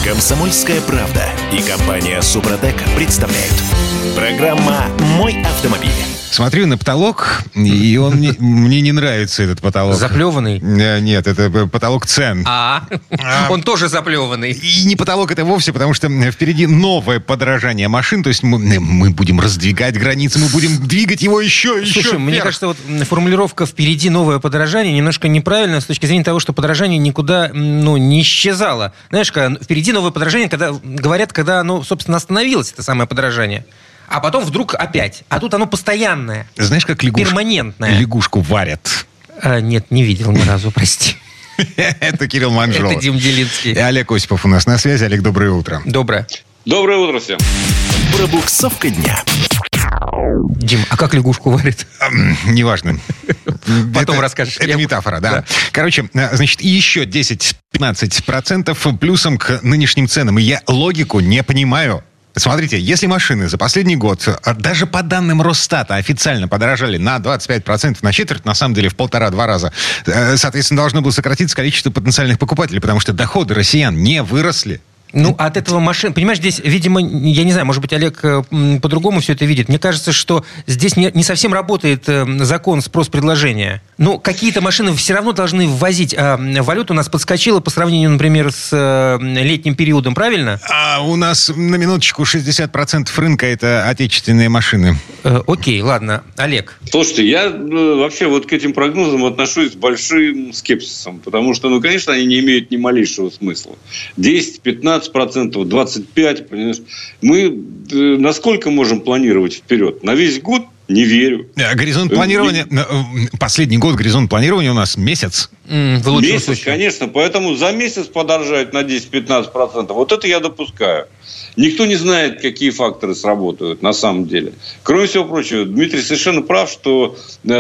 Комсомольская правда и компания «Супротек» представляют. Программа «Мой автомобиль». Смотрю на потолок, и мне не нравится этот потолок. Заплеванный? Нет, это потолок цен. Он тоже заплеванный. И не потолок это вовсе, потому что впереди новое подорожание машин. То есть мы будем раздвигать границы, мы будем двигать его еще. Слушай, мне кажется, вот формулировка «впереди новое подорожание» немножко неправильная с точки зрения того, что подорожание никуда не исчезало. Знаешь, когда впереди новое подорожание, когда оно, собственно, остановилось, это самое подорожание. А потом вдруг опять. А тут оно постоянное. Знаешь, как перманентное. Лягушку варят? Нет, не видел ни разу, прости. Это Кирилл Манжолов. Это Дим Делинский. И Олег Осипов у нас на связи. Олег, доброе утро. Доброе. Доброе утро всем. Пробуксовка дня. Дим, а как лягушку варят? Неважно. Потом расскажешь. Это метафора, да. Короче, значит, еще 10-15% плюсом к нынешним ценам. И я логику не понимаю. Смотрите, если машины за последний год, даже по данным Росстата, официально подорожали на 25%, на четверть, на самом деле в 1,5-2 раза, соответственно, должно было сократиться количество потенциальных покупателей, потому что доходы россиян не выросли. От этого машин... Понимаешь, здесь, видимо, я не знаю, может быть, Олег по-другому все это видит. Мне кажется, что здесь не совсем работает закон спрос-предложения. Какие-то машины все равно должны ввозить. Валюта у нас подскочила по сравнению, например, с летним периодом, правильно? А у нас, на минуточку, 60% рынка – это отечественные машины. Окей, ладно. Олег. Слушайте, я вообще вот к этим прогнозам отношусь с большим скепсисом, потому что, конечно, они не имеют ни малейшего смысла. 10-15%, 25%, понимаешь? Мы насколько можем планировать вперед? На весь год? Не верю. Горизонт планирования... Последний год горизонт планирования у нас месяц. Месяц, конечно. Поэтому за месяц подорожает на 10-15%. Вот это я допускаю. Никто не знает, какие факторы сработают на самом деле. Кроме всего прочего, Дмитрий совершенно прав, что,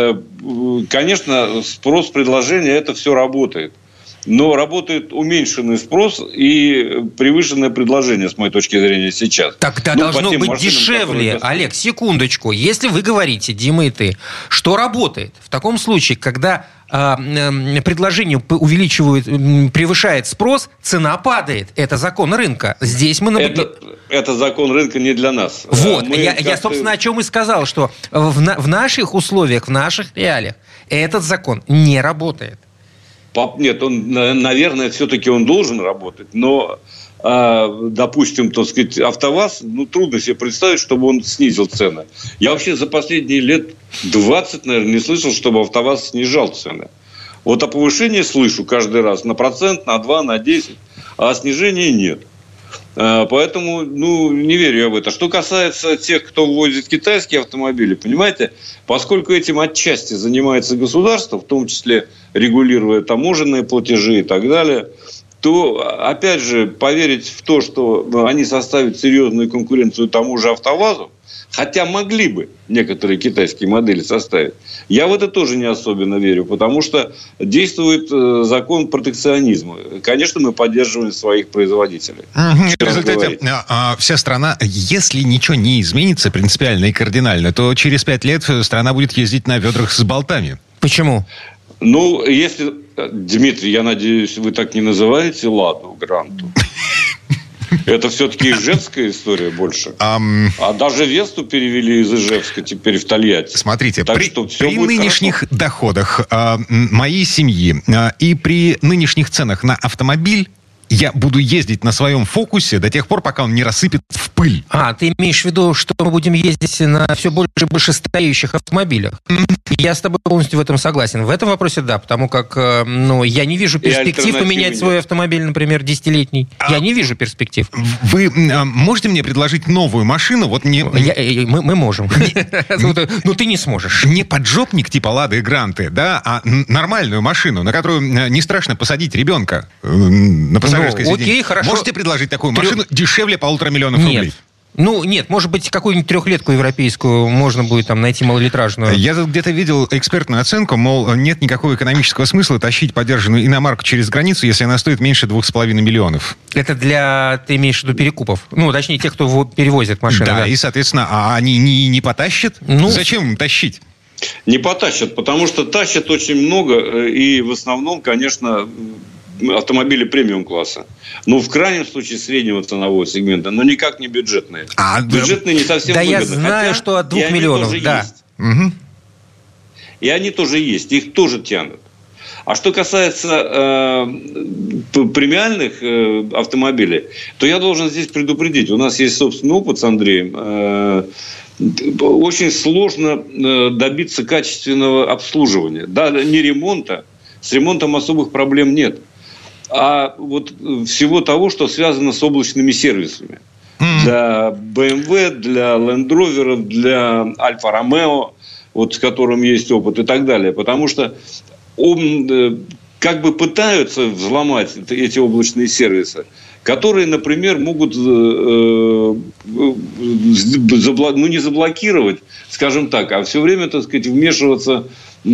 конечно, спрос-предложение, это все работает. Но работает уменьшенный спрос и превышенное предложение, с моей точки зрения, сейчас. Тогда должно быть машинам, дешевле. Олег, секундочку. Если вы говорите, Дима и ты, что работает в таком случае, когда предложение превышает спрос, цена падает. Это закон рынка. Здесь мы... Это закон рынка не для нас. Вот. Я, собственно, о чем и сказал, что в наших условиях, в наших реалиях этот закон не работает. Нет, наверное, все-таки он должен работать, но, допустим, так сказать, АвтоВАЗ, трудно себе представить, чтобы он снизил цены. Я вообще за последние лет 20, наверное, не слышал, чтобы АвтоВАЗ снижал цены. Вот о повышении слышу каждый раз на процент, на 2, на 10, а о снижении нет. Поэтому, не верю я в это. Что касается тех, кто ввозит китайские автомобили, понимаете, поскольку этим отчасти занимается государство, в том числе регулируя таможенные платежи и так далее, то, опять же, поверить в то, что они составят серьезную конкуренцию тому же АвтоВАЗу, хотя могли бы некоторые китайские модели составить, я в это тоже не особенно верю, потому что действует закон протекционизма. Конечно, мы поддерживаем своих производителей. В результате вся страна, если ничего не изменится принципиально и кардинально, то через 5 лет страна будет ездить на ведрах с болтами. Почему? Если... Дмитрий, я надеюсь, вы так не называете «Ладу Гранту». Это все-таки ижевская история больше. А даже Весту перевели из Ижевска теперь в Тольятти. Смотрите, при нынешних доходах моей семьи и при нынешних ценах на автомобиль я буду ездить на своем «Фокусе» до тех пор, пока он не рассыпет в пыль. Ты имеешь в виду, что мы будем ездить на все больше и больше стареющих автомобилях? Я с тобой полностью в этом согласен. В этом вопросе да, потому как я не вижу перспектив поменять свой автомобиль, например, 10-летний. Я не вижу перспектив. Вы можете мне предложить новую машину? Мы можем. Но ты не сможешь. Не поджопник типа «Лады Гранты», да, а нормальную машину, на которую не страшно посадить ребенка на пассажирское сиденье. Окей, хорошо. Можете предложить такую машину дешевле 1,5 миллиона рублей? Нет, может быть, какую-нибудь 3-летку европейскую можно будет там найти малолитражную. Я тут где-то видел экспертную оценку, мол, нет никакого экономического смысла тащить подержанную иномарку через границу, если она стоит меньше 2,5 миллионов. Это ты имеешь в виду перекупов? Точнее, тех, кто перевозит машины. Да, и, соответственно, они не потащат? Зачем им тащить? Не потащат, потому что тащат очень много, и в основном, конечно, автомобили премиум-класса. Ну, в крайнем случае, среднего ценового сегмента, но никак не бюджетные. Бюджетные не совсем выгодны. Да, я знаю, что от 2 миллионов, да. И они тоже есть, их тоже тянут. А что касается премиальных автомобилей, то я должен здесь предупредить. У нас есть собственный опыт с Андреем. Очень сложно добиться качественного обслуживания. Да, не ремонта. С ремонтом особых проблем нет. А вот всего того, что связано с облачными сервисами. Для BMW, для Land Rover, для Alfa Romeo, вот с которым есть опыт и так далее. Потому что как бы пытаются взломать эти облачные сервисы, которые, например, могут не заблокировать, скажем так, а все время, так сказать, вмешиваться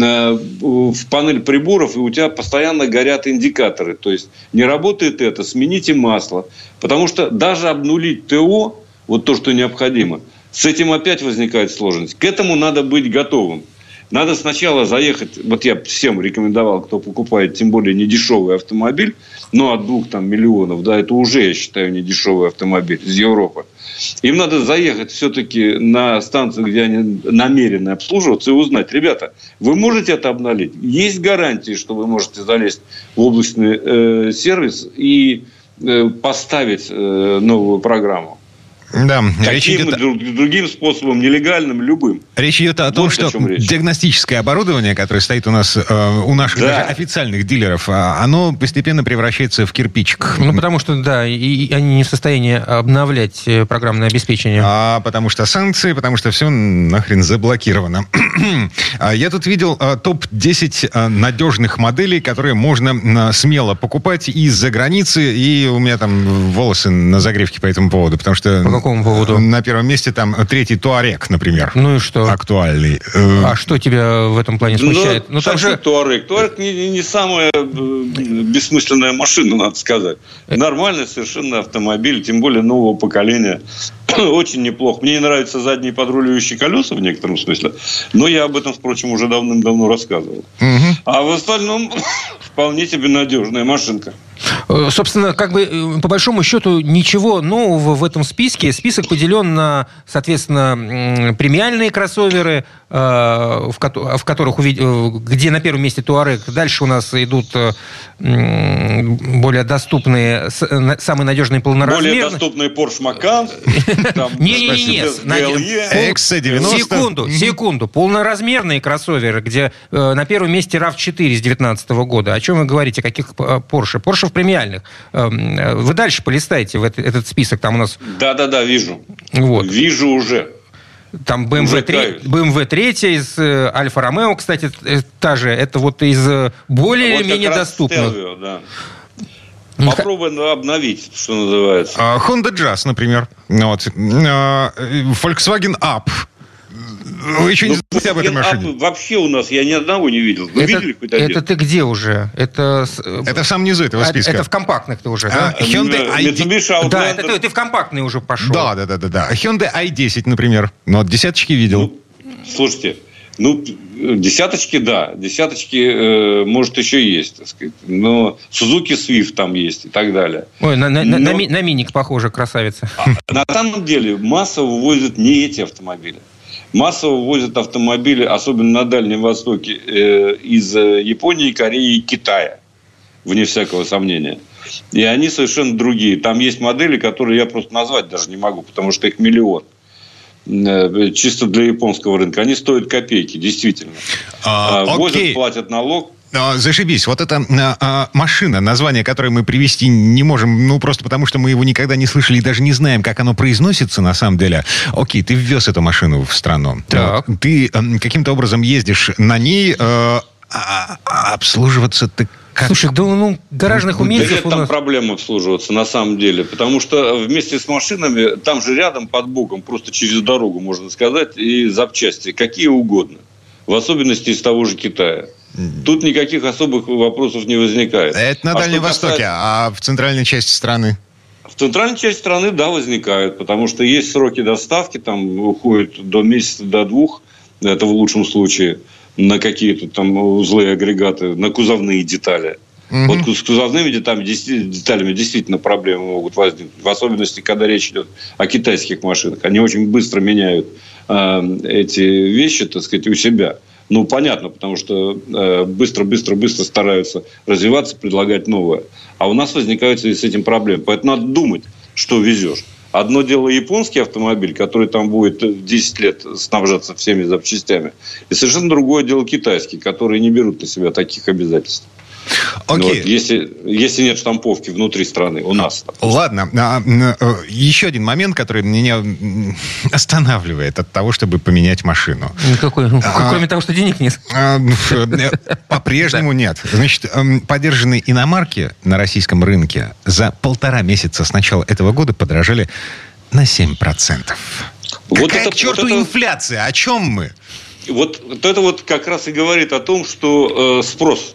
в панель приборов, и у тебя постоянно горят индикаторы. То есть не работает это, смените масло. Потому что даже обнулить ТО, вот то, что необходимо, с этим опять возникает сложность. К этому надо быть готовым. Надо сначала заехать, вот я всем рекомендовал, кто покупает, тем более недешевый автомобиль, но от 2 миллионов, да, это уже, я считаю, недешевый автомобиль из Европы. Им надо заехать все-таки на станцию, где они намерены обслуживаться, и узнать: ребята, вы можете это обновить? Есть гарантии, что вы можете залезть в облачный сервис и поставить новую программу? Да, каким другим способом, нелегальным, любым. Речь идет о том, что диагностическое оборудование, которое стоит у нас, у наших даже официальных дилеров, оно постепенно превращается в кирпичик. Ну, потому что, да, и они не в состоянии обновлять программное обеспечение. Потому что санкции, потому что все нахрен заблокировано. Я тут видел топ-10 надежных моделей, которые можно смело покупать из-за границы, и у меня там волосы на загревке по этому поводу, потому что... По какому поводу? На первом месте там 3-й Туарек, например. Ну и что? Актуальный. А что тебя в этом плане смущает? Ну там же Туарек. Туарек не самая бессмысленная машина, надо сказать. Нормальный совершенно автомобиль, тем более нового поколения. Очень неплохо. Мне не нравятся задние подруливающие колеса в некотором смысле, но я об этом, впрочем, уже давным-давно рассказывал. А в остальном вполне себе надежная машинка. Собственно, как бы по большому счету ничего нового в этом списке. Список поделен на, соответственно, премиальные кроссоверы, в которых, где на первом месте Touareg. Дальше у нас идут более доступные, самые надежные полноразмерные. Более доступные Porsche Macan. Не-не-не. XC90. Секунду. Полноразмерные кроссоверы, где на первом месте RAV4 с 2019 года. О чем вы говорите? Каких Porsche? Porsche в премиальных. Вы дальше полистайте в этот список. Там у нас... Да, вижу. Вот. Вижу уже. Там BMW 3 из Alfa Romeo, кстати, та же. Это вот из более-менее доступных. Stelvio, да. Попробуй обновить, что называется. Honda Jazz, например. Volkswagen Up. Вы еще не знаете об этой машине? Вообще у нас я ни одного не видел. Вы видели хоть один? Это ты где уже? Это в самом низу этого списка. Это в компактных ты уже, да? Hyundai i10. Да, это ты в компактный уже пошел. Да. Hyundai i10, например. Ну, десяточки видел. Слушайте, десяточки, да. Десяточки, может, еще есть, так сказать. Но Suzuki Swift там есть и так далее. Ой, на миник похоже, красавица. На самом деле массово вывозят не эти автомобили. Массово ввозят автомобили, особенно на Дальнем Востоке, из Японии, Кореи и Китая. Вне всякого сомнения. И они совершенно другие. Там есть модели, которые я просто назвать даже не могу, потому что их миллион. Чисто для японского рынка. Они стоят копейки, действительно. Возят, платят налог. Зашибись. Вот эта машина, название которой мы привести не можем, просто потому, что мы его никогда не слышали и даже не знаем, как оно произносится на самом деле. Окей, ты ввез эту машину в страну. Так. Ты каким-то образом ездишь на ней, обслуживаться ты как? Слушай, гаражных умельцев нет там проблем обслуживаться на самом деле, потому что вместе с машинами, там же рядом под боком, просто через дорогу, можно сказать, и запчасти, какие угодно. В особенности из того же Китая. Тут никаких особых вопросов не возникает. Это на Дальнем Востоке, а в центральной части страны? В центральной части страны, да, возникают, потому что есть сроки доставки, там уходят до месяца, до 2, это в лучшем случае, на какие-то там узлы, агрегаты, на кузовные детали. Вот с кузовными деталями действительно проблемы могут возникнуть. В особенности, когда речь идет о китайских машинах. Они очень быстро меняют эти вещи, так сказать, у себя. Ну, понятно, потому что быстро стараются развиваться, предлагать новое. А у нас возникают в связи с этим проблемы. Поэтому надо думать, что везешь. Одно дело японский автомобиль, который там будет 10 лет снабжаться всеми запчастями. И совершенно другое дело китайский, которые не берут на себя таких обязательств. Окей. Вот, если нет штамповки внутри страны, у нас. Ладно. Еще один момент, который меня останавливает от того, чтобы поменять машину. Никакой. Кроме того, что денег нет. По-прежнему нет. Значит, подержанные иномарки на российском рынке за 1,5 месяца с начала этого года подорожали на 7%. Какая к черту инфляция? О чем мы? Вот это вот как раз и говорит о том, что спрос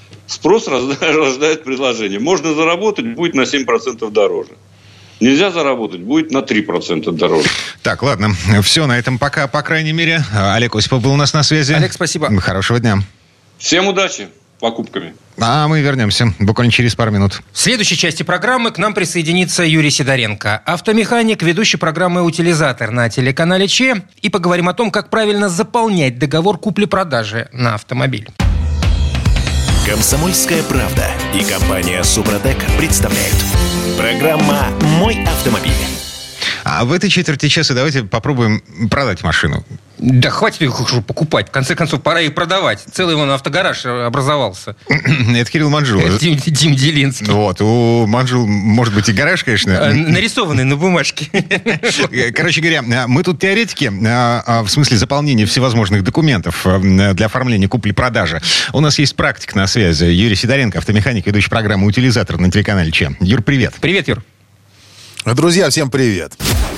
рождает предложение. Можно заработать, будет на 7% дороже. Нельзя заработать, будет на 3% дороже. Так, ладно. Все, на этом пока, по крайней мере. Олег Осипов был у нас на связи. Олег, спасибо. Хорошего дня. Всем удачи покупками. А мы вернемся буквально через пару минут. В следующей части программы к нам присоединится Юрий Сидоренко, автомеханик, ведущий программы «Утилизатор» на телеканале ЧЕ. И поговорим о том, как правильно заполнять договор купли-продажи на автомобиль. «Комсомольская правда» и компания «Супротек» представляют. Программа «Мой автомобиль». А в этой четверти часа давайте попробуем продать машину. Да хватит их уже покупать. В конце концов, пора их продавать. Целый вон автогараж образовался. Это Кирилл Манжул. Дим Делинский. Вот. У Манжул может быть и гараж, конечно. Нарисованный на бумажке. Короче говоря, мы тут теоретики, в смысле заполнения всевозможных документов для оформления купли-продажи. У нас есть практик на связи. Юрий Сидоренко, автомеханик, ведущий программы «Утилизатор» на телеканале ЧЕ. Юр, привет. Привет, Юр. Друзья, всем привет.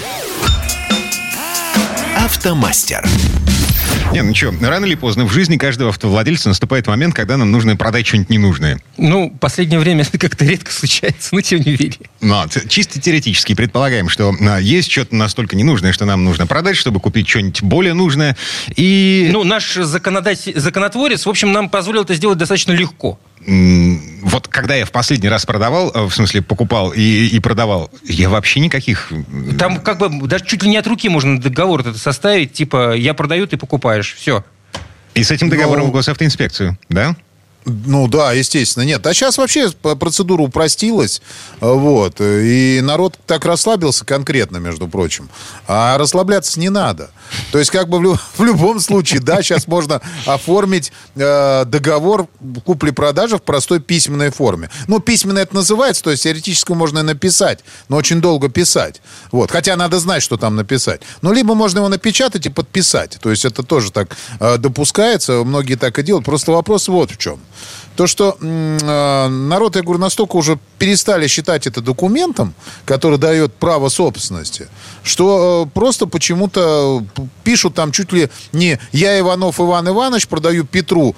«Автомастер». Не, ну что, рано или поздно в жизни каждого автовладельца наступает момент, когда нам нужно продать что-нибудь ненужное. Ну, в последнее время это как-то редко случается, но тем не менее. Но чисто теоретически предполагаем, что есть что-то настолько ненужное, что нам нужно продать, чтобы купить что-нибудь более нужное. И... Ну, наш законотворец, в общем, нам позволил это сделать достаточно легко. Вот когда я в последний раз продавал, в смысле покупал и продавал, я вообще никаких... Там как бы даже чуть ли не от руки можно договор это составить, типа я продаю, ты покупаешь, все. И с этим договором в госавтоинспекцию, да? Ну да, естественно, нет. А сейчас вообще процедура упростилась, вот, и народ так расслабился конкретно, между прочим. А расслабляться не надо. То есть как бы в любом случае, да, сейчас можно оформить договор купли-продажи в простой письменной форме. Ну, письменно это называется, то есть теоретически можно и написать, но очень долго писать. Вот, хотя надо знать, что там написать. Ну, либо можно его напечатать и подписать. То есть это тоже так допускается, многие так и делают. Просто вопрос вот в чем. То, что народ, я говорю, настолько уже перестали считать это документом, который дает право собственности, что просто почему-то пишут там чуть ли не «Я, Иванов Иван Иванович, продаю Петру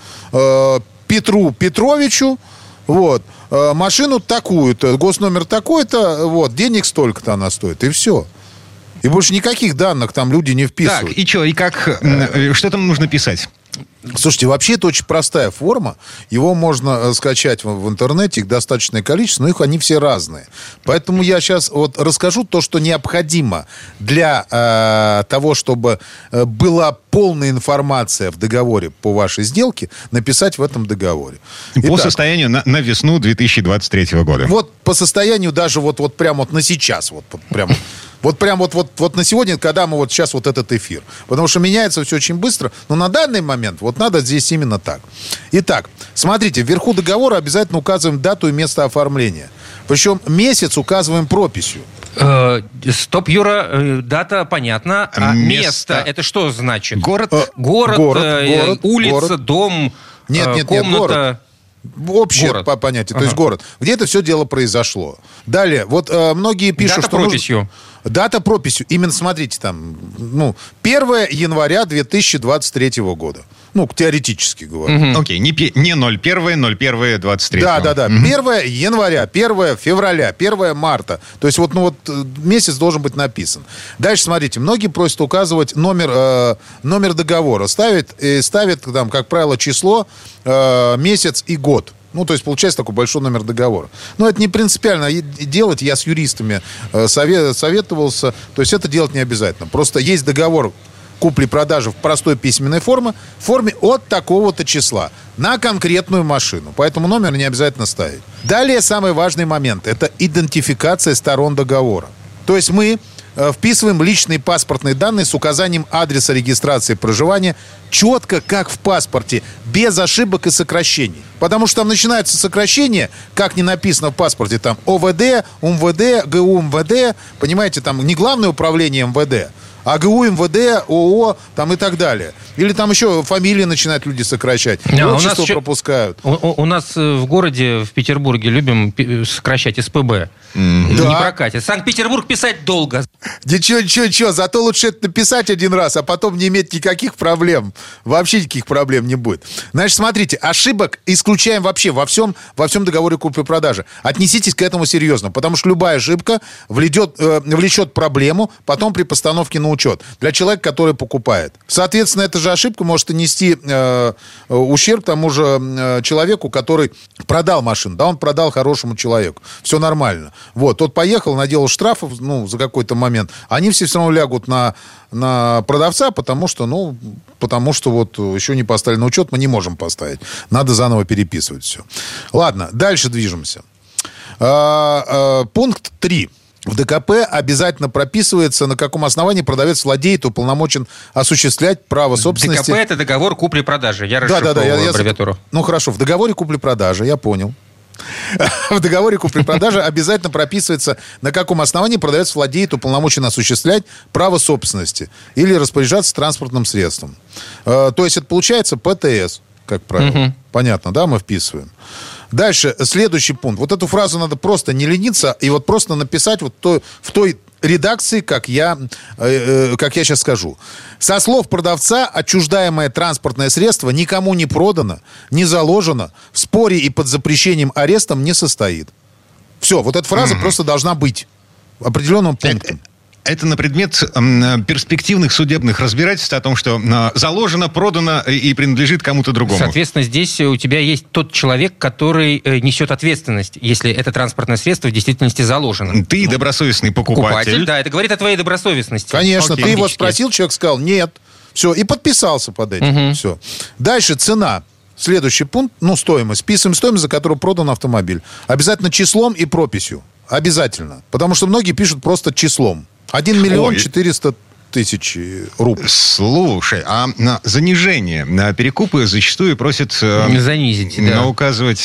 Петровичу, вот, машину такую-то, госномер такой-то, вот, денег столько-то она стоит», и все. И больше никаких данных там люди не вписывают. Так, и что, и как, что там нужно писать? Слушайте, вообще это очень простая форма. Его можно скачать в интернете, их достаточное количество, но их они все разные. Поэтому я сейчас вот расскажу то, что необходимо для того, чтобы была полная информация в договоре по вашей сделке, написать в этом договоре. По состоянию на весну 2023 года. Вот по состоянию даже вот прям вот на сейчас, вот прям на сегодня, когда мы вот сейчас вот этот эфир. Потому что меняется все очень быстро. Но на данный момент вот надо здесь именно так. Итак, смотрите, вверху договора обязательно указываем дату и место оформления. Причем месяц указываем прописью. Стоп, Юра, дата понятна. А место это что значит? Город, улица, дом, комната. Общее понятие, то есть город. Где это все дело произошло. Далее, вот многие пишут, дата что прописью. Дата прописью. Именно, смотрите, там, 1 января 2023 года. Ну, теоретически говорю. Окей, не 01.01.23. Да. 1 января, 1 февраля, 1 марта. То есть месяц должен быть написан. Дальше, смотрите, многие просят указывать номер договора. Ставят там, как правило, число, месяц и год. Ну, то есть, получается такой большой номер договора. Но это не принципиально делать. Я с юристами советовался. То есть, это делать не обязательно. Просто есть договор купли-продажи в простой письменной форме от такого-то числа на конкретную машину. Поэтому номер не обязательно ставить. Далее самый важный момент. Это идентификация сторон договора. То есть, мы вписываем личные паспортные данные с указанием адреса регистрации проживания четко, как в паспорте, без ошибок и сокращений. Потому что там начинаются сокращения, как не написано в паспорте, там ОВД, УМВД, ГУ МВД, понимаете, там не Главное управление МВД, а ГУ МВД, ООО, там и так далее. Или там еще фамилии начинают люди сокращать. Отчество пропускают. У нас в городе, в Петербурге, любим сокращать СПБ. Да. Не прокатит. Санкт-Петербург писать долго. Ничего, зато лучше это написать один раз, а потом не иметь никаких проблем. Вообще никаких проблем не будет. Значит, смотрите, ошибок исключаем вообще во всем договоре купли-продажи. Отнеситесь к этому серьезно, потому что любая ошибка влечет проблему потом при постановке на учет для человека, который покупает. Соответственно, эта же ошибка может и нести ущерб тому же человеку, который продал машину. Да, он продал хорошему человеку. Все нормально. Вот, тот поехал, наделал штрафов, за какой-то момент. Они все равно лягут на продавца, потому что вот еще не поставили на учет, мы не можем поставить. Надо заново переписывать все. Ладно, дальше движемся. Пункт 3. В ДКП обязательно прописывается, на каком основании продавец владеет и уполномочен осуществлять право собственности. ДКП – это договор купли-продажи. Я расшифровываю аббревиатуру. Ну, хорошо. В договоре купли-продажи, я понял. В договоре купли-продажи обязательно прописывается, на каком основании продавец владеет, уполномочен осуществлять право собственности или распоряжаться транспортным средством. То есть это получается ПТС, как правило. Понятно, да, мы вписываем. Дальше, следующий пункт. Вот эту фразу надо просто не лениться и вот просто написать вот в той редакции, как я сейчас скажу. Со слов продавца отчуждаемое транспортное средство никому не продано, не заложено, в споре и под запрещением арестом не состоит. Все, вот эта фраза просто должна быть определенным пунктом. Это на предмет перспективных судебных разбирательств о том, что заложено, продано и принадлежит кому-то другому. Соответственно, здесь у тебя есть тот человек, который несет ответственность, если это транспортное средство в действительности заложено. Ты добросовестный покупатель. Да, это говорит о твоей добросовестности. Конечно, ты его спросил, человек сказал нет. Все, и подписался под этим. Все. Дальше цена. Следующий пункт, стоимость. Вписываем стоимость, за которую продан автомобиль. Обязательно числом и прописью. Обязательно. Потому что многие пишут просто числом. 1 миллион 400 тысяч рублей. Слушай, а на занижение на перекупы зачастую просят занизить, да. Указывать...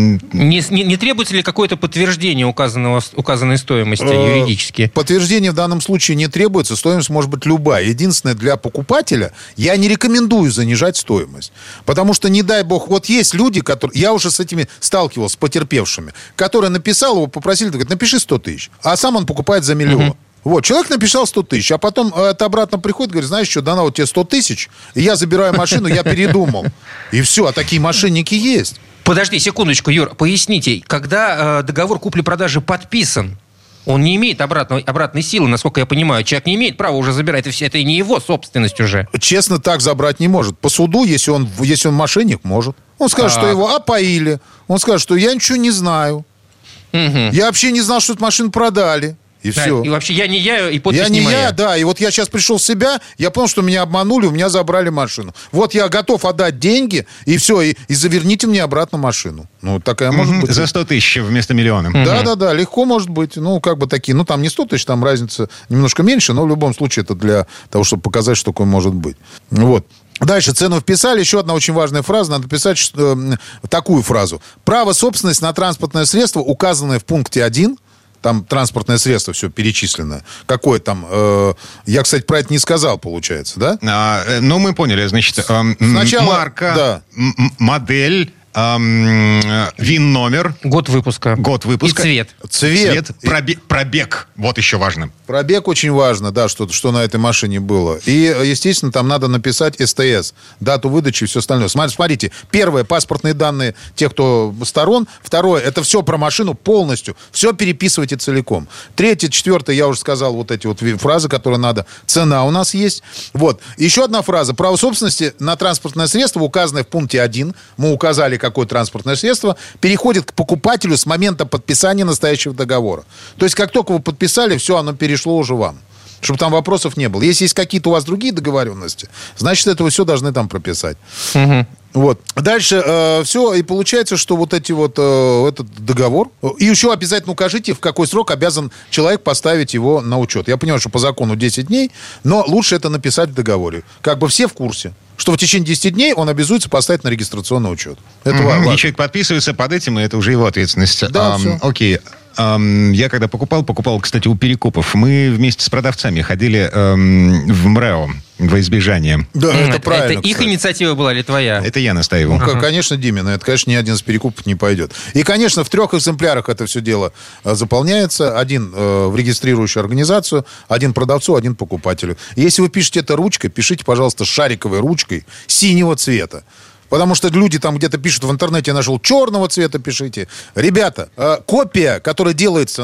Не требуется ли какое-то подтверждение указанной стоимости юридически? Подтверждение в данном случае не требуется. Стоимость может быть любая. Единственное, для покупателя я не рекомендую занижать стоимость. Потому что, не дай бог, вот есть люди, которые... Я уже с этими сталкивался, с потерпевшими, которые написал, его попросили, говорит, напиши 100 тысяч. А сам он покупает за миллион. Вот, человек написал 100 тысяч, а потом это обратно приходит, говорит, знаешь что, дана вот тебе 100 тысяч, и я забираю машину, я передумал. И все, а такие мошенники есть. Подожди секундочку, Юр, поясните, когда договор купли-продажи подписан, он не имеет обратной силы, насколько я понимаю. Человек не имеет права уже забирать, это и не его собственность уже. Честно, так забрать не может. По суду, если он мошенник, может. Он скажет, что его опоили. Он скажет, что я ничего не знаю. Я вообще не знал, что эту машину продали. И все. И вообще я не я, и подпись не моя. Я, да. И вот я сейчас пришел в себя, я понял, что меня обманули, у меня забрали машину. Вот я готов отдать деньги, и все, и заверните мне обратно машину. Такая может быть. За 100 тысяч вместо миллиона. Да, легко может быть. Такие, там не 100 тысяч, там разница немножко меньше, но в любом случае это для того, чтобы показать, что такое может быть. Вот. Дальше цену вписали. Еще одна очень важная фраза. Надо писать такую фразу. Право собственности на транспортное средство, указанное в пункте 1, там транспортное средство все перечислено. Какое там? Я, кстати, про это не сказал, получается, да? Мы поняли. Значит, сначала, марка, модель, ВИН-номер. Год выпуска. И цвет. Цвет. Пробег. Вот еще важно. Пробег очень важно, да, что на этой машине было. И, естественно, там надо написать СТС, дату выдачи и все остальное. Смотрите, первое, паспортные данные тех, кто сторон. Второе, это все про машину полностью. Все переписывайте целиком. Третье, четвертое, я уже сказал, вот эти вот фразы, которые надо. Цена у нас есть. Вот. Еще одна фраза. Право собственности на транспортное средство, указанное в пункте 1. Мы указали, какое транспортное средство, переходит к покупателю с момента подписания настоящего договора. То есть, как только вы подписали, все, оно перешло уже вам. Чтобы там вопросов не было. Если есть какие-то у вас другие договоренности, значит, это вы все должны там прописать. Вот. Дальше все, и получается, что вот эти вот, этот договор, и еще обязательно укажите, в какой срок обязан человек поставить его на учет. Я понимаю, что по закону 10 дней, но лучше это написать в договоре. Как бы все в курсе, что в течение 10 дней он обязуется поставить на регистрационный учет. Это важно. И человек подписывается под этим, и это уже его ответственность. Да, все. Окей. Я когда покупал, кстати, у Перекупов. Мы вместе с продавцами ходили в МРЭО во избежание. Да, это правильно. Это их кстати. инициатива была или твоя? Это я настаивал. Конечно, Димин, это, конечно, ни один из Перекупов не пойдет. И, конечно, в 3 экземплярах это все дело заполняется. Один в регистрирующую организацию, один продавцу, один покупателю. Если вы пишете это ручкой, пишите, пожалуйста, шариковой ручкой синего цвета. Потому что люди там где-то пишут в интернете, я нашел черного цвета, пишите. Ребята, копия, которая делается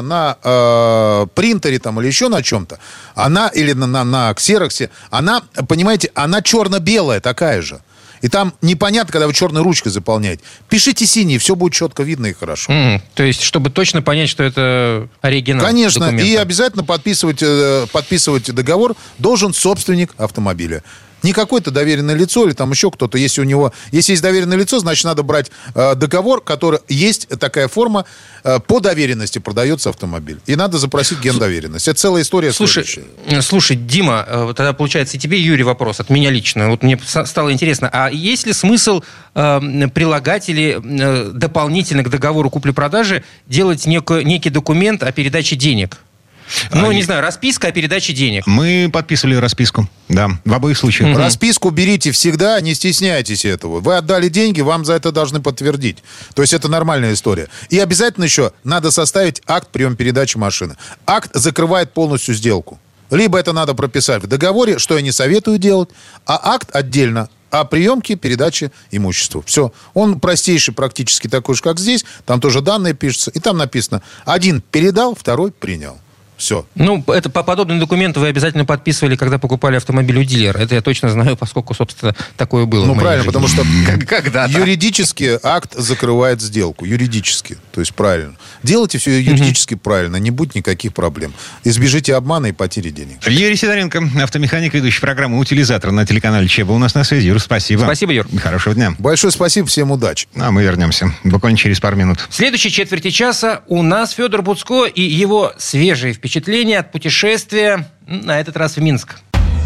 на принтере там, или еще на чем-то, она, или на ксероксе, она, понимаете, она черно-белая такая же. И там непонятно, когда вы черной ручкой заполняете. Пишите синий, все будет четко видно и хорошо. То есть, чтобы точно понять, что это оригинал. Конечно, документа. и обязательно подписывать договор должен собственник автомобиля. Не какое-то доверенное лицо или там еще кто-то. Если есть доверенное лицо, значит, надо брать договор, который есть такая форма, по доверенности продается автомобиль. И надо запросить гендоверенность. Это целая история. Слушай, Дима, тогда получается и тебе, Юрий, вопрос от меня лично. Вот мне стало интересно, а есть ли смысл прилагать или дополнительно к договору купли-продажи делать некий документ о передаче денег? Не знаю, расписка о передаче денег. Мы подписывали расписку, да, в обоих случаях. Расписку берите всегда, не стесняйтесь этого. Вы отдали деньги, вам за это должны подтвердить. То есть это нормальная история. И обязательно еще надо составить акт приема-передачи машины. Акт закрывает полностью сделку. Либо это надо прописать в договоре, что я не советую делать, а акт отдельно о приемке, передаче имущества. Все. Он простейший практически такой же, как здесь. Там тоже данные пишутся. И там написано: один передал, второй принял. Все. Это по подобным документам вы обязательно подписывали, когда покупали автомобиль у дилера. Это я точно знаю, поскольку, собственно, такое было. Правильно, жизни. потому что когда-то. Юридически акт закрывает сделку. Юридически. То есть правильно. Делайте все юридически правильно, не будет никаких проблем. Избежите обмана и потери денег. Юрий Сидоренко, автомеханик, ведущий программы «Утилизатор» на телеканале ЧЕ, был у нас на связи. Юр, спасибо. Спасибо, Юр. Хорошего дня. Большое спасибо, всем удачи. А мы вернемся буквально через пару минут. В следующей четверти часа у нас Федор Буцко и его свежие впечатления от путешествия, на этот раз в Минск.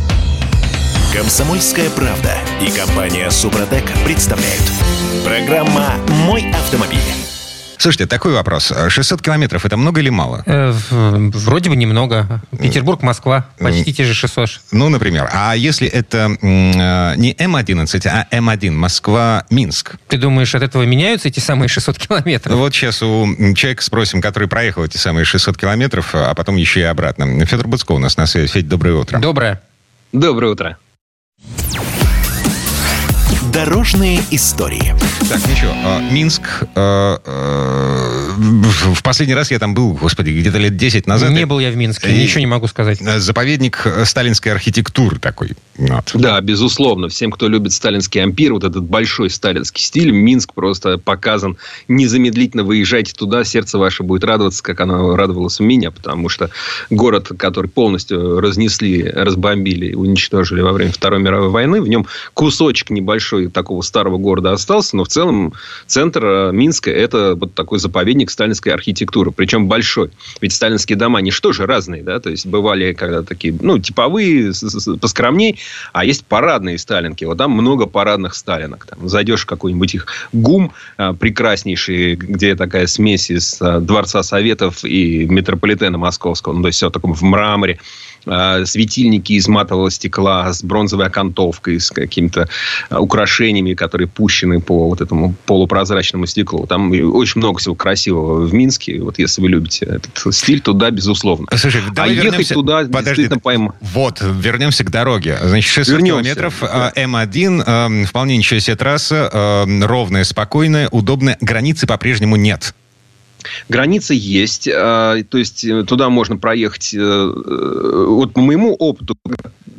«Комсомольская правда» и компания «Супротек» представляют. Программа «Мой автомобиль». Слушайте, такой вопрос. 600 километров, это много или мало? Вроде бы немного. Петербург, Москва, почти те же 600. Например. А если это не М11, а М1, Москва-Минск? Ты думаешь, от этого меняются эти самые 600 километров? Вот сейчас у человека спросим, который проехал эти самые 600 километров, а потом еще и обратно. Федор Буцко у нас на связи. Федь, доброе утро. Доброе. Доброе утро. Дорожные истории. Так, ничего. Минск. В последний раз я там был, господи, где-то лет 10 назад. Не был я в Минске, ничего не могу сказать. Заповедник сталинской архитектуры такой. Вот. Да, безусловно. Всем, кто любит сталинский ампир, вот этот большой сталинский стиль, Минск просто показан. Незамедлительно выезжайте туда, сердце ваше будет радоваться, как оно радовалось у меня, потому что город, который полностью разнесли, разбомбили, уничтожили во время Второй мировой войны, в нем кусочек небольшой такого старого города остался, но в целом центр Минска – это вот такой заповедник сталинской архитектуры, причем большой. Ведь сталинские дома, они что же разные, да, то есть бывали когда такие, типовые, поскромней, а есть парадные сталинки. Вот там много парадных сталинок. Там зайдешь в какой-нибудь их ГУМ прекраснейший, где такая смесь из Дворца Советов и метрополитена Московского, то есть все в таком в мраморе. Светильники из матового стекла с бронзовой окантовкой, с какими-то украшениями, которые пущены по вот этому полупрозрачному стеклу. Там очень много всего красивого в Минске. Вот если вы любите этот стиль, туда безусловно. Слушай, давай ехать туда действительно пойму. Вот, вернемся к дороге. Значит, 600 километров, М1, вполне ничего себе трасса, ровная, спокойная, удобная. Границы по-прежнему нет. Граница есть, то есть туда можно проехать, вот по моему опыту,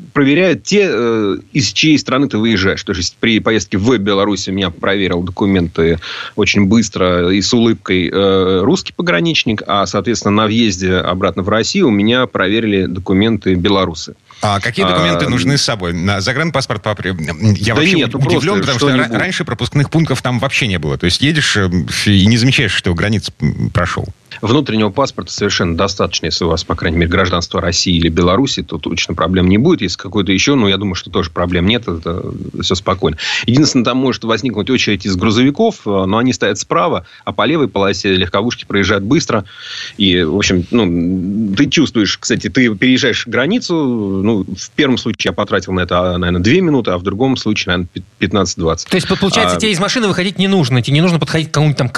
проверяют те, из чьей страны ты выезжаешь. То есть при поездке в Беларусь у меня проверил документы очень быстро и с улыбкой русский пограничник, а, соответственно, на въезде обратно в Россию у меня проверили документы белорусы. А какие документы нужны с собой? На загранпаспорт я да вообще нет, удивлен, потому что раньше пропускных пунктов там вообще не было. То есть едешь и не замечаешь, что границу прошел. Внутреннего паспорта совершенно достаточно, если у вас, по крайней мере, гражданство России или Беларуси, то точно проблем не будет. Если какой-то еще, я думаю, что тоже проблем нет, это все спокойно. Единственное, там может возникнуть очередь из грузовиков, но они стоят справа, а по левой полосе легковушки проезжают быстро. И, в общем, ты чувствуешь, кстати, ты переезжаешь границу, в первом случае я потратил на это, наверное, 2 минуты, а в другом случае, наверное, 15-20. То есть, получается, тебе из машины выходить не нужно? Тебе не нужно подходить к какому-нибудь там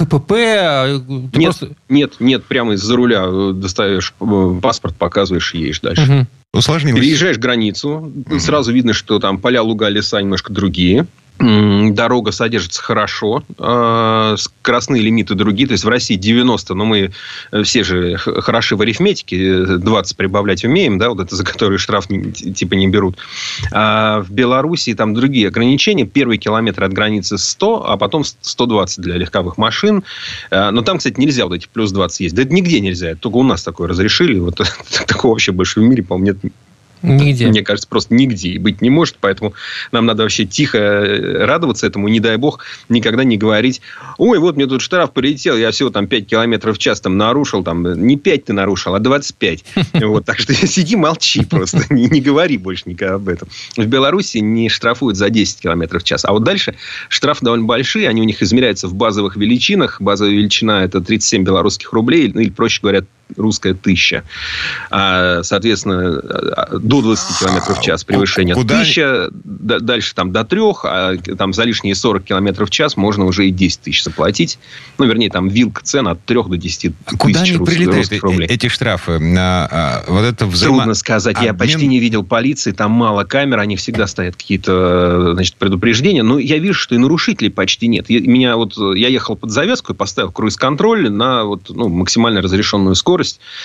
КПП? Нет, прямо из-за руля достаешь паспорт, показываешь и едешь дальше. Усложнилось. Переезжаешь границу, сразу видно, что там поля, луга, леса немножко другие. Дорога содержится хорошо, скоростные лимиты другие. То есть в России 90, но мы все же хороши в арифметике, 20 прибавлять умеем, да, вот это за который штраф типа не берут. А в Беларуси там другие ограничения. Первый километр от границы 100, а потом 120 для легковых машин. Но там, кстати, нельзя вот эти плюс 20 есть. Да это нигде нельзя, только у нас такое разрешили. Вот такого вообще больше в мире, по-моему, нет. Нигде. Мне кажется, просто нигде и быть не может. Поэтому нам надо вообще тихо радоваться этому. Не дай бог никогда не говорить: ой, вот мне тут штраф полетел, я всего там 5 километров в час там нарушил. Там, не 5 ты нарушил, а 25. Так что сиди, молчи просто. Не говори больше никогда об этом. В Беларуси не штрафуют за 10 километров в час. А вот дальше штрафы довольно большие. Они у них измеряются в базовых величинах. Базовая величина – это 37 белорусских рублей. Или, проще говоря, русская 1000. Соответственно, до 20 километров в час превышение 1000. Дальше там до 3. А там за лишние 40 километров в час можно уже и 10 тысяч заплатить. Вернее, там вилка цен от 3 до 10 тысяч русских рублей. Эти штрафы? Вот это Трудно сказать. Я почти не видел полиции. Там мало камер. Они всегда стоят какие-то, предупреждения. Но я вижу, что и нарушителей почти нет. Я ехал под завязку и поставил круиз-контроль на максимально разрешенную скорость.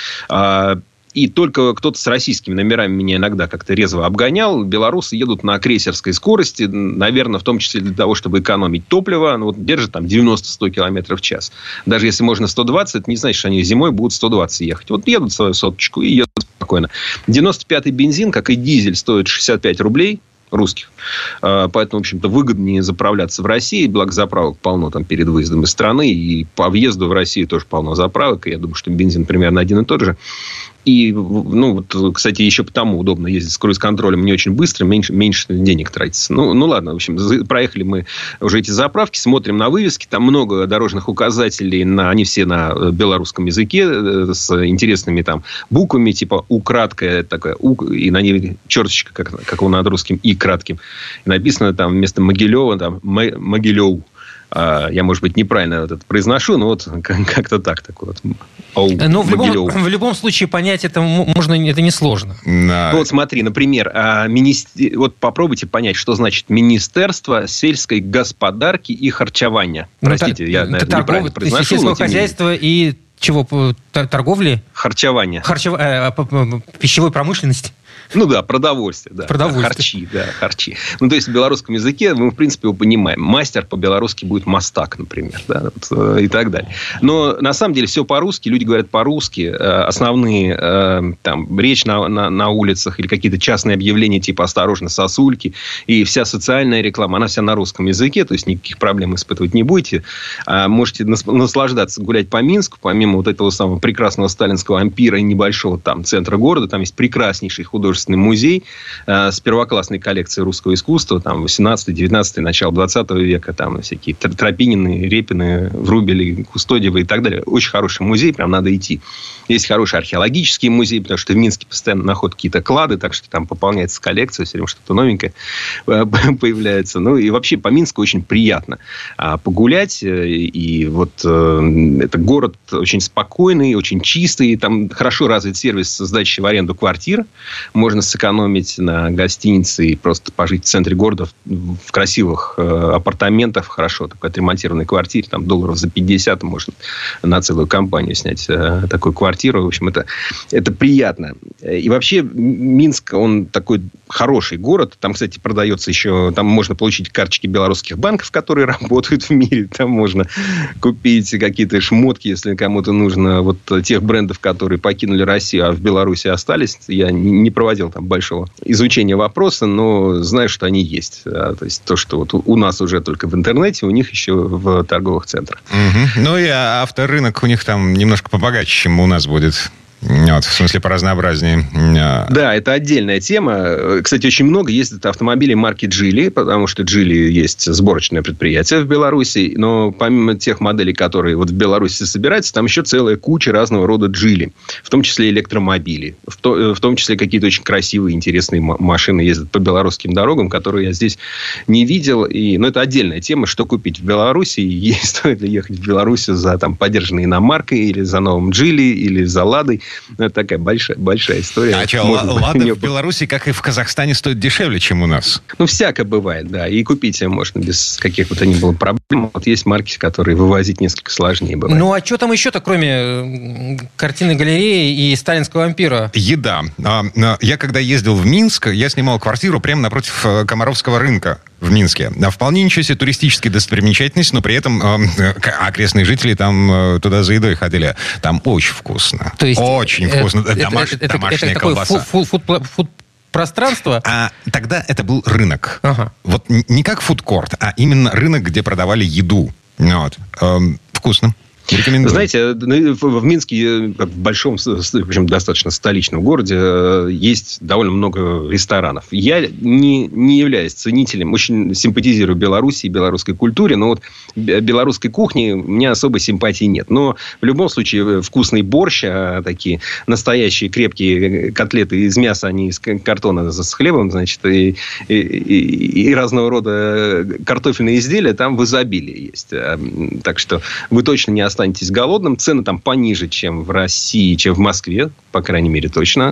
И только кто-то с российскими номерами меня иногда как-то резво обгонял. Белорусы едут на крейсерской скорости, наверное, в том числе для того, чтобы экономить топливо. Держат там 90-100 километров в час. Даже если можно 120, это не значит, что они зимой будут 120 ехать. Едут свою соточку и едут спокойно. 95-й бензин, как и дизель, стоит 65 рублей. Русских. Поэтому, в общем-то, выгоднее заправляться в России. Благо, заправок полно там перед выездом из страны. И по въезду в Россию тоже полно заправок. И я думаю, что бензин примерно один и тот же. И, кстати, еще потому удобно ездить с круиз-контролем не очень быстро, меньше денег тратится. Ладно, в общем, проехали мы уже эти заправки, смотрим на вывески, там много дорожных указателей, они все на белорусском языке, с интересными там буквами, типа «У» краткая, такая «У», и на ней черточка, как у над русским «И» кратким. И написано там вместо Могилева, там «Могилев». Я, может быть, неправильно это произношу, но как-то так. Но в любом случае понять это можно, это несложно. Смотри, например, попробуйте понять, что значит Министерство сельской господарки и харчевания. Простите, я, наверное, неправильно произношу. Сельского хозяйства и чего? Торговли? Харчевания. Пищевой промышленности? Продовольствие. Да. Харчи. То есть, в белорусском языке мы, в принципе, его понимаем. Мастер по-белорусски будет мастак, например. Да, и так далее. Но, на самом деле, все по-русски. Люди говорят по-русски. Основные речь на улицах или какие-то частные объявления, типа «Осторожно, сосульки». И вся социальная реклама, она вся на русском языке. То есть, никаких проблем испытывать не будете. Можете наслаждаться, гулять по Минску. Помимо вот этого самого прекрасного сталинского ампира и небольшого там центра города, там есть прекраснейший художественный музей с первоклассной коллекцией русского искусства, там 18-19, начало 20 века, там всякие Тропинины, Репины, Врубели, Кустодиевы и так далее. Очень хороший музей, прям надо идти. Есть хороший археологический музей, потому что в Минске постоянно находят какие-то клады, так что там пополняется коллекция, все время что-то новенькое появляется. И вообще по Минску очень приятно погулять. И это город очень спокойный, очень чистый, там хорошо развит сервис сдачи в аренду квартир. можно сэкономить на гостинице и просто пожить в центре города в красивых апартаментах, хорошо так отремонтированной квартире, там долларов за 50 можно на целую компанию снять такую квартиру. В общем, это приятно. И вообще Минск, он такой хороший город. Там, кстати, продается еще... Там можно получить карточки белорусских банков, которые работают в мире. Там можно купить какие-то шмотки, если кому-то нужно. Вот тех брендов, которые покинули Россию, а в Беларуси остались. Я не проводил там большого изучения вопроса, но знаю, что они есть. То есть то, что вот у нас уже только в интернете, у них еще в торговых центрах. Угу. Ну и авторынок у них там немножко побогаче, чем у нас будет. Вот, в смысле, по разнообразнее. Да, это отдельная тема. Кстати, очень много ездят автомобилей марки Geely, потому что Geely есть сборочное предприятие в Беларуси. Но помимо тех моделей, которые вот в Беларуси собираются, там еще целая куча разного рода Geely. В том числе электромобили. В том числе какие-то очень красивые, интересные машины ездят по белорусским дорогам, которые я здесь не видел. Но это отдельная тема, что купить в Беларуси. И стоит ли ехать в Беларусь за там, подержанной иномаркой, или за новым Geely, или за Ладой. Это такая большая история. А что, Лада в Беларуси, как и в Казахстане, стоит дешевле, чем у нас? Ну, всякое бывает, да. И купить ее можно без каких бы то ни было проблем. Вот есть марки, которые вывозить несколько сложнее бывает. Ну, а что там еще-то, кроме картины галереи и сталинского ампира? Еда. Я когда ездил в Минск, я снимал квартиру прямо напротив Комаровского рынка в Минске. Вполне ничего себе туристическая достопримечательность, но при этом окрестные жители там туда за едой ходили. Там очень вкусно. То есть очень вкусно. Домашняя колбаса. Фуд-пространство? А тогда это был рынок. Ага. Вот не как фудкорт, а именно рынок, где продавали еду. Вот. Вкусно. Рекомендую. Знаете, в Минске, как в большом, причем достаточно столичном городе, есть довольно много ресторанов. Я не являюсь ценителем, очень симпатизирую Беларуси и белорусской культуре, но вот белорусской кухни у меня особой симпатии нет. Но в любом случае вкусный борщ, такие настоящие крепкие котлеты из мяса, они из картона с хлебом, значит, и разного рода картофельные изделия там в изобилии есть. Так что вы точно не останетесь голодным. Цены там пониже, чем в России, чем в Москве. По крайней мере, точно.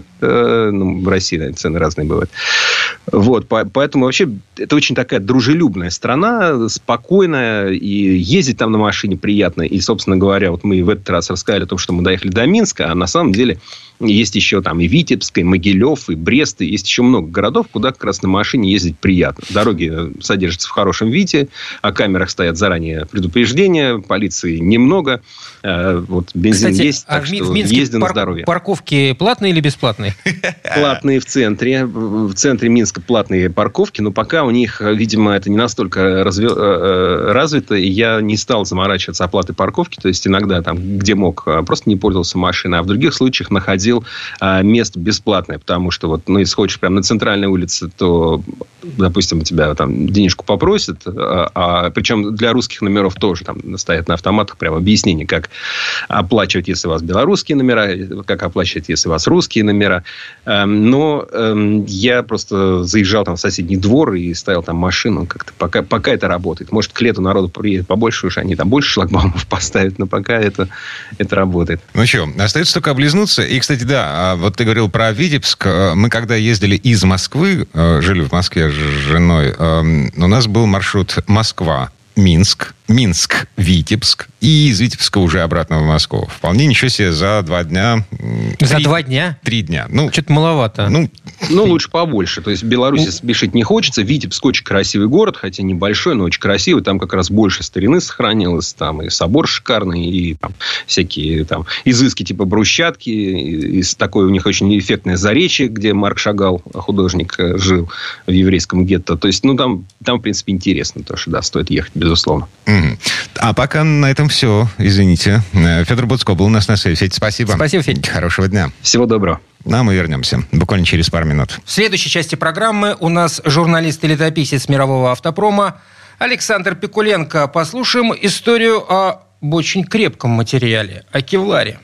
В России, наверное, цены разные бывают. Вот. Поэтому вообще это очень такая дружелюбная страна, спокойная. И ездить там на машине приятно. И, собственно говоря, вот мы в этот раз рассказали о том, что мы доехали до Минска. А на самом деле есть еще там и Витебск, и Могилев, и Брест. И есть еще много городов, куда как раз на машине ездить приятно. Дороги содержатся в хорошем виде. О камерах стоят заранее предупреждения. Полиции немного. Вот бензин, кстати, есть. Так что в Минске езди на здоровье. Парковки платные или бесплатные? Платные в центре. В центре Минска платные парковки. Но пока у них, видимо, это не настолько развито. И я не стал заморачиваться оплатой парковки. То есть иногда там, где мог, просто не пользовался машиной. А в других случаях находил место бесплатное. Потому что вот, ну, если хочешь прямо на центральной улице, то, допустим, тебя там денежку попросят. Причем для русских номеров тоже там стоят на автоматах прямо объяснение, как оплачивать, если у вас белорусские номера, как оплачивать, если у вас русские номера. Но я просто заезжал там в соседний двор и ставил там машину. Как-то пока это работает. Может, к лету народу приедет побольше, уж они там больше шлагбаумов поставят, но пока это работает. Ну что, остается только облизнуться. И, кстати, да, вот ты говорил про Витебск. Мы когда ездили из Москвы, жили в Москве с женой, у нас был маршрут Москва-Минск, Минск-Витебск, и из Витебска уже обратно в Москву. Вполне ничего себе за 2 дня. За 2 дня? 3 дня. Ну, что-то маловато. Ну, лучше побольше. То есть, в Беларуси спешить не хочется. Витебск очень красивый город, хотя небольшой, но очень красивый. Там как раз больше старины сохранилось. Там и собор шикарный, и там всякие там изыски типа брусчатки. И такое у них очень эффектное Заречье, где Марк Шагал, художник, жил в еврейском гетто. То есть, ну, там в принципе, интересно. То, что, да, стоит ехать, безусловно. А пока на этом все. Извините. Федор Буцко был у нас на связи. Федь, спасибо. Спасибо, Федь. Хорошего дня. Всего доброго. Ну, а мы вернемся буквально через пару минут. В следующей части программы у нас журналист и летописец мирового автопрома Александр Пикуленко. Послушаем историю об очень крепком материале, о кевларе.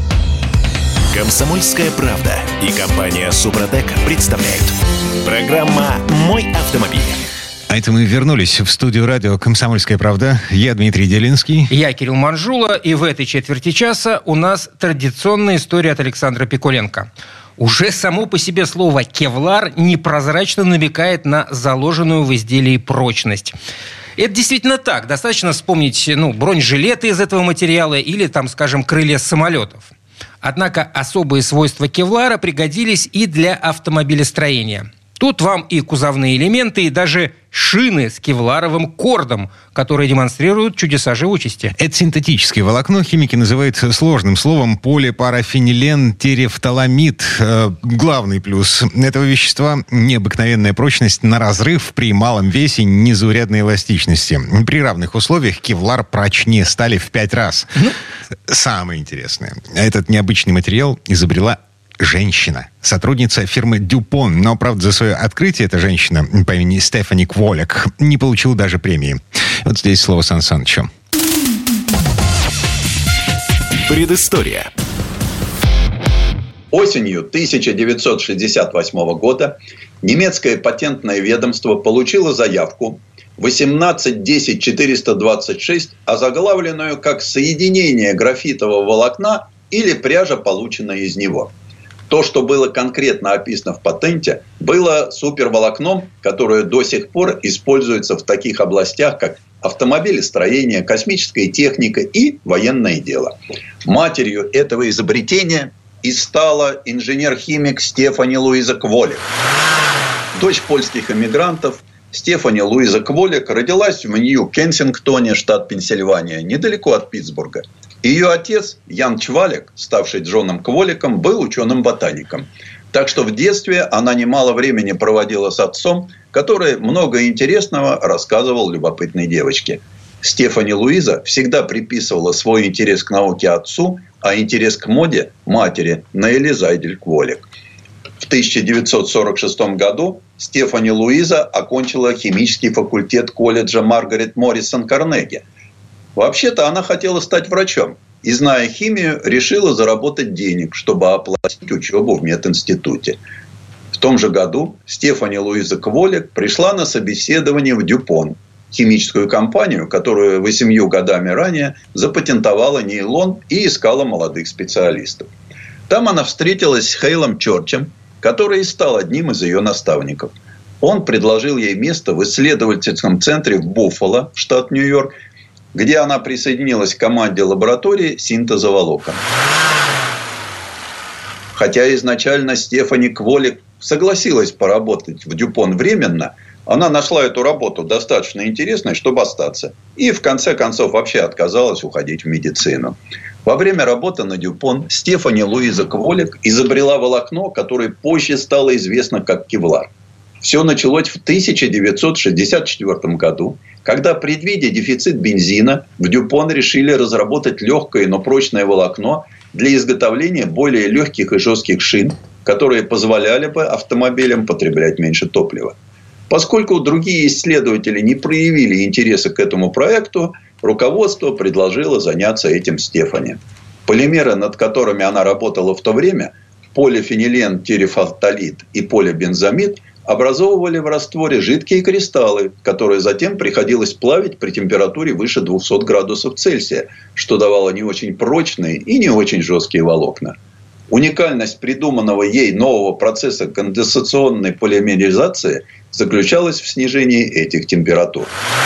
«Комсомольская правда» и компания «Супротек» представляют. Программа «Мой автомобиль». А это мы вернулись в студию радио «Комсомольская правда». Я Дмитрий Делинский. Я Кирилл Манжула. И в этой четверти часа у нас традиционная история от Александра Пикуленко. Уже само по себе слово «кевлар» непрозрачно намекает на заложенную в изделии прочность. Это действительно так. Достаточно вспомнить бронежилеты из этого материала или, скажем, крылья самолетов. Однако особые свойства кевлара пригодились и для автомобилестроения. Тут вам и кузовные элементы, и даже шины с кевларовым кордом, которые демонстрируют чудеса живучести. Это синтетическое волокно химики называют сложным словом полипарафенилен-терефталамид. Главный плюс этого вещества – необыкновенная прочность на разрыв при малом весе, незаурядной эластичности. При равных условиях кевлар прочнее стали в 5 раз. Самое интересное – этот необычный материал изобрела женщина, сотрудница фирмы Дюпон. Но, правда, за свое открытие эта женщина по имени Стефани Кволек не получила даже премии. Вот здесь слово Сан Санычу. Предыстория. Осенью 1968 года немецкое патентное ведомство получило заявку 1810-426, озаглавленную как «Соединение графитового волокна или пряжа, полученная из него». То, что было конкретно описано в патенте, было суперволокном, которое до сих пор используется в таких областях, как автомобилестроение, космическая техника и военное дело. Матерью этого изобретения и стала инженер-химик Стефани Луиза Кволек. Дочь польских эмигрантов Стефани Луиза Кволек родилась в Нью-Кенсингтоне, штат Пенсильвания, недалеко от Питтсбурга. Ее отец, Ян Чвалек, ставший Джоном Кволеком, был ученым-ботаником. Так что в детстве она немало времени проводила с отцом, который много интересного рассказывал любопытной девочке. Стефани Луиза всегда приписывала свой интерес к науке отцу, а интерес к моде – матери Нелли Зайдель-Кволек. В 1946 году Стефани Луиза окончила химический факультет колледжа Маргарет Моррисон Карнеги. Вообще-то она хотела стать врачом и, зная химию, решила заработать денег, чтобы оплатить учебу в мединституте. В том же году Стефани Луиза Кволек пришла на собеседование в Дюпон, химическую компанию, которую 8 годами ранее запатентовала нейлон и искала молодых специалистов. Там она встретилась с Хейлом Чорчем, который и стал одним из ее наставников. Он предложил ей место в исследовательском центре в Буффало, штат Нью-Йорк, где она присоединилась к команде лаборатории синтеза волокон. Хотя изначально Стефани Кволек согласилась поработать в Дюпон временно, она нашла эту работу достаточно интересной, чтобы остаться. И в конце концов вообще отказалась уходить в медицину. Во время работы на Дюпон Стефани Луиза Кволек изобрела волокно, которое позже стало известно как кевлар. Все началось в 1964 году, когда, предвидя дефицит бензина, в Дюпон решили разработать легкое, но прочное волокно для изготовления более легких и жестких шин, которые позволяли бы автомобилям потреблять меньше топлива. Поскольку другие исследователи не проявили интереса к этому проекту, руководство предложило заняться этим Стефани. Полимеры, над которыми она работала в то время, полифенилен-терефталид и полибензамид, образовывали в растворе жидкие кристаллы, которые затем приходилось плавить при температуре выше 200 градусов Цельсия, что давало не очень прочные и не очень жесткие волокна. Уникальность придуманного ей нового процесса конденсационной полимеризации заключалась в снижении этих температур.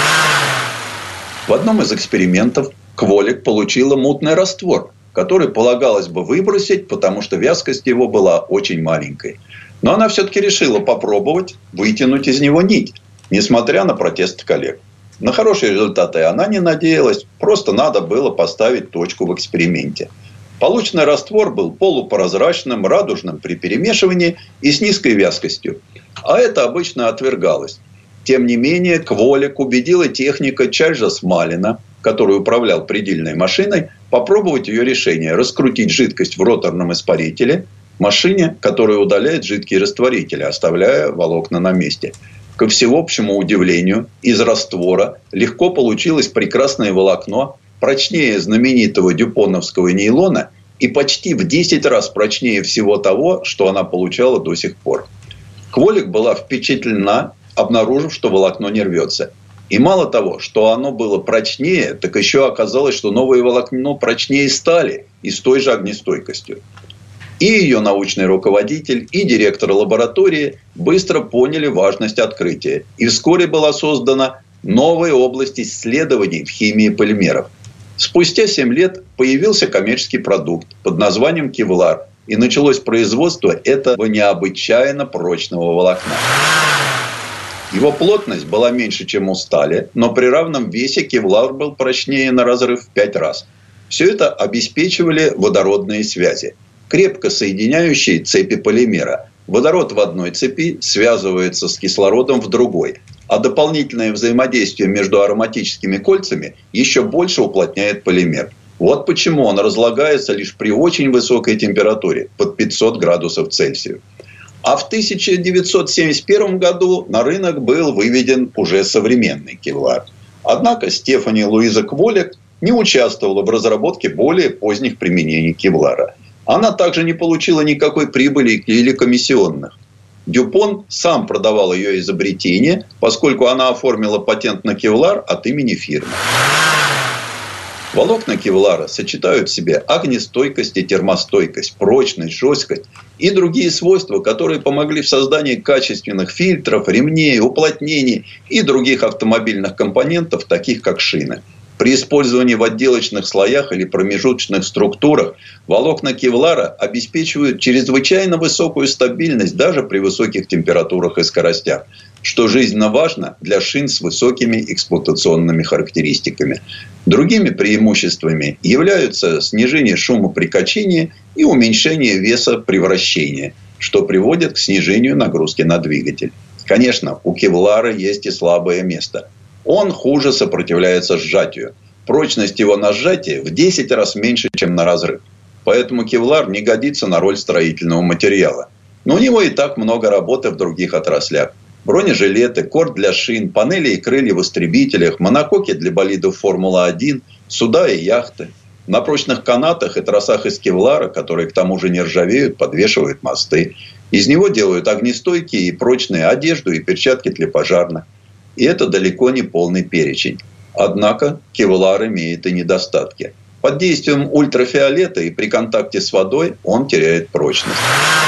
В одном из экспериментов Кволек получила мутный раствор, который полагалось бы выбросить, потому что вязкость его была очень маленькой. Но она все-таки решила попробовать вытянуть из него нить, несмотря на протесты коллег. На хорошие результаты она не надеялась, просто надо было поставить точку в эксперименте. Полученный раствор был полупрозрачным, радужным при перемешивании и с низкой вязкостью. А это обычно отвергалось. Тем не менее, Кволек убедила техника Чарльза Смалина, который управлял предельной машиной, попробовать ее решение – раскрутить жидкость в роторном испарителе, машине, которая удаляет жидкие растворители, оставляя волокна на месте. Ко всеобщему удивлению, из раствора легко получилось прекрасное волокно, прочнее знаменитого дюпоновского нейлона и почти в 10 раз прочнее всего того, что она получала до сих пор. Кволек была впечатлена, обнаружив, что волокно не рвется. И мало того, что оно было прочнее, так еще оказалось, что новое волокно прочнее стали и с той же огнестойкостью. И ее научный руководитель, и директор лаборатории быстро поняли важность открытия. И вскоре была создана новая область исследований в химии полимеров. Спустя 7 лет появился коммерческий продукт под названием кевлар. И началось производство этого необычайно прочного волокна. Его плотность была меньше, чем у стали, но при равном весе кевлар был прочнее на разрыв в 5 раз. Все это обеспечивали водородные связи, крепко соединяющие цепи полимера. Водород в одной цепи связывается с кислородом в другой, а дополнительное взаимодействие между ароматическими кольцами еще больше уплотняет полимер. Вот почему он разлагается лишь при очень высокой температуре, под 500 градусов Цельсия. А в 1971 году на рынок был выведен уже современный кевлар. Однако Стефани Луиза Кволек не участвовала в разработке более поздних применений кевлара. Она также не получила никакой прибыли или комиссионных. Дюпон сам продавал ее изобретение, поскольку она оформила патент на кевлар от имени фирмы. Волокна кевлара сочетают в себе огнестойкость и термостойкость, прочность, жесткость и другие свойства, которые помогли в создании качественных фильтров, ремней, уплотнений и других автомобильных компонентов, таких как шины. При использовании в отделочных слоях или промежуточных структурах волокна кевлара обеспечивают чрезвычайно высокую стабильность даже при высоких температурах и скоростях, что жизненно важно для шин с высокими эксплуатационными характеристиками. Другими преимуществами являются снижение шума при качении и уменьшение веса при вращении, что приводит к снижению нагрузки на двигатель. Конечно, у кевлара есть и слабое место. Он хуже сопротивляется сжатию. Прочность его на сжатие в 10 раз меньше, чем на разрыв. Поэтому кевлар не годится на роль строительного материала. Но у него и так много работы в других отраслях. Бронежилеты, корд для шин, панели и крылья в истребителях, монококи для болидов Формула-1, суда и яхты. На прочных канатах и тросах из кевлара, которые к тому же не ржавеют, подвешивают мосты. Из него делают огнестойкие и прочные одежду и перчатки для пожарных. И это далеко не полный перечень. Однако кевлар имеет и недостатки. Под действием ультрафиолета и при контакте с водой он теряет прочность.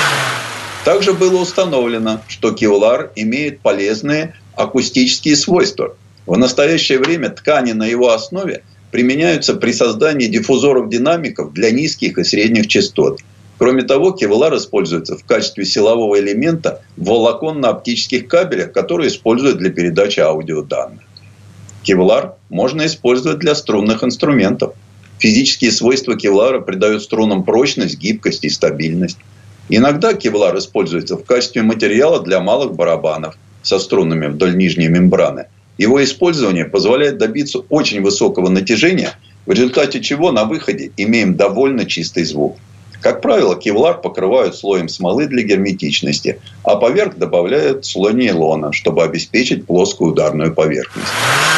Также было установлено, что кевлар имеет полезные акустические свойства. В настоящее время ткани на его основе применяются при создании диффузоров-динамиков для низких и средних частот. Кроме того, кевлар используется в качестве силового элемента в волоконно-оптических кабелях, которые используют для передачи аудиоданных. Кевлар можно использовать для струнных инструментов. Физические свойства кевлара придают струнам прочность, гибкость и стабильность. Иногда кевлар используется в качестве материала для малых барабанов со струнами вдоль нижней мембраны. Его использование позволяет добиться очень высокого натяжения, в результате чего на выходе имеем довольно чистый звук. Как правило, кевлар покрывают слоем смолы для герметичности, а поверх добавляют слой нейлона, чтобы обеспечить плоскую ударную поверхность.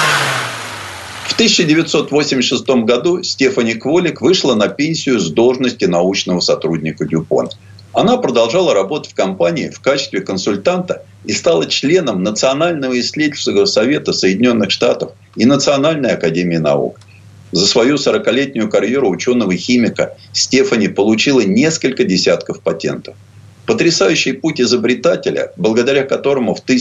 В 1986 году Стефани Кволек вышла на пенсию с должности научного сотрудника Дюпон. Она продолжала работать в компании в качестве консультанта и стала членом Национального исследовательского совета Соединенных Штатов и Национальной академии наук. За свою 40-летнюю карьеру ученого-химика Стефани получила несколько десятков патентов. Потрясающий путь изобретателя, благодаря которому в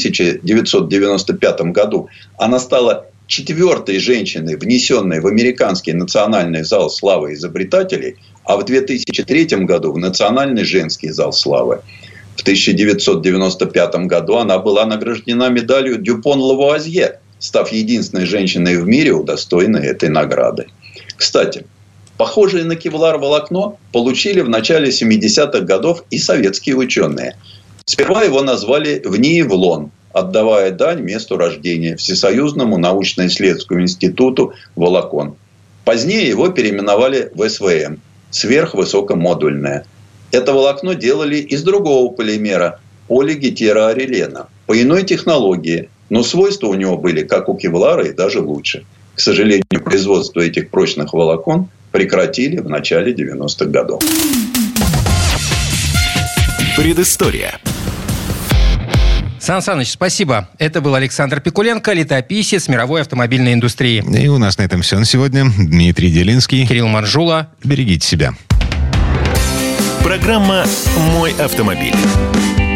1995 году она стала 4-й женщиной, внесенной в Американский национальный зал славы изобретателей, а в 2003 году в Национальный женский зал славы. В 1995 году она была награждена медалью Дюпон-Лавуазье, став единственной женщиной в мире, удостоенной этой награды. Кстати, похожее на кевлар волокно получили в начале 70-х годов и советские ученые. Сперва его назвали ВНИИВЛОН, отдавая дань месту рождения Всесоюзному научно-исследовательскому институту волокон. Позднее его переименовали в СВМ – сверхвысокомодульное. Это волокно делали из другого полимера – полигетероарилена, по иной технологии, но свойства у него были, как у кевлара, и даже лучше. К сожалению, производство этих прочных волокон прекратили в начале 90-х годов. Предыстория. Сан Саныч, спасибо. Это был Александр Пикуленко, летописец мировой автомобильной индустрии. И у нас на этом все на сегодня. Дмитрий Делинский. Кирилл Манжула. Берегите себя. Программа «Мой автомобиль».